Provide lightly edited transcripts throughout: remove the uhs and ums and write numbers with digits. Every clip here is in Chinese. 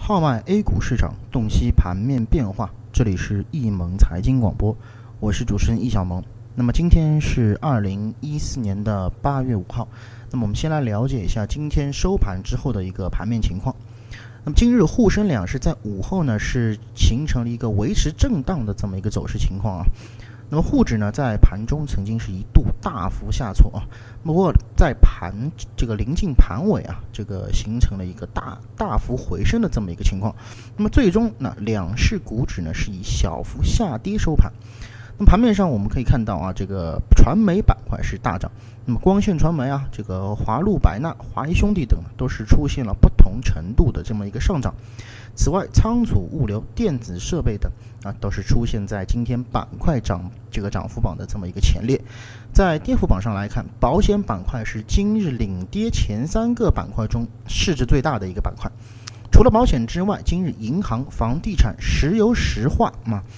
号脉 A 股市场，洞悉盘面变化。这里是易盟财经广播，我是主持人易小萌。那么今天是2014年的8月5号。那么我们先来了解一下今天收盘之后的一个盘面情况。那么今日沪深两市在午后呢是形成了一个维持震荡的这么一个走势情况啊。那么沪指呢在盘中曾经是一度大幅下挫啊，不过在这个临近盘尾啊，这个形成了一个大幅回升的这么一个情况。那么最终呢，两市股指呢是以小幅下跌收盘。那么盘面上我们可以看到啊，这个传媒板块是大涨，那么光线传媒啊，这个华路百纳、华谊兄弟等都是出现了不同程度的这么一个上涨。此外，仓储、物流、电子设备等啊，都是出现在今天板块涨幅榜的这么一个前列。在跌幅榜上来看，保险板块是今日领跌前3个板块中市值最大的一个板块。除了保险之外，今日银行、房地产、石油石化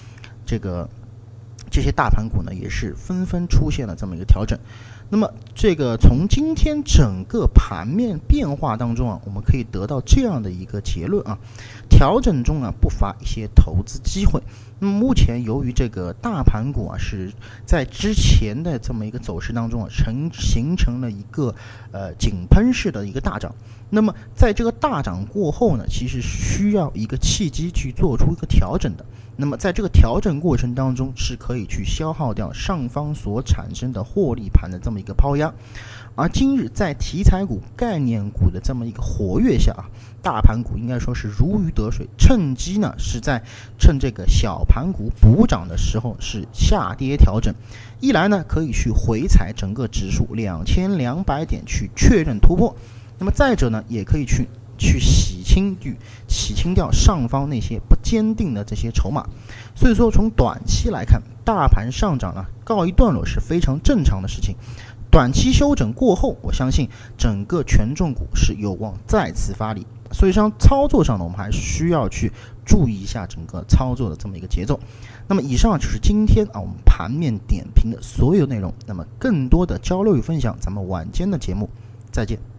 这些大盘股呢，也是纷纷出现了这么一个调整。那么从今天整个盘面变化当中啊，我们可以得到这样的一个结论啊，调整中啊不乏一些投资机会。那么目前由于这个大盘股啊是在之前的这么一个走势当中啊形成了一个井喷式的一个大涨。那么在这个大涨过后呢，其实需要一个契机去做出一个调整的。那么在这个调整过程当中，是可以去消耗掉上方所产生的获利盘的这么一个抛压。而今日在题材股、概念股的这么一个活跃下啊，大盘股应该说是如鱼得水，趁机呢是趁这个小盘股补涨的时候是下跌调整。一来呢可以去回踩整个指数2200点去确认突破，那么再者呢也可以去洗清掉上方那些不坚定的这些筹码。所以说从短期来看，大盘上涨呢告一段落是非常正常的事情。短期休整过后，我相信整个权重股是有望再次发力。所以说操作上呢，我们还是需要去注意一下整个操作的这么一个节奏。那么以上就是今天我们盘面点评的所有内容。那么更多的交流与分享，咱们晚间的节目再见。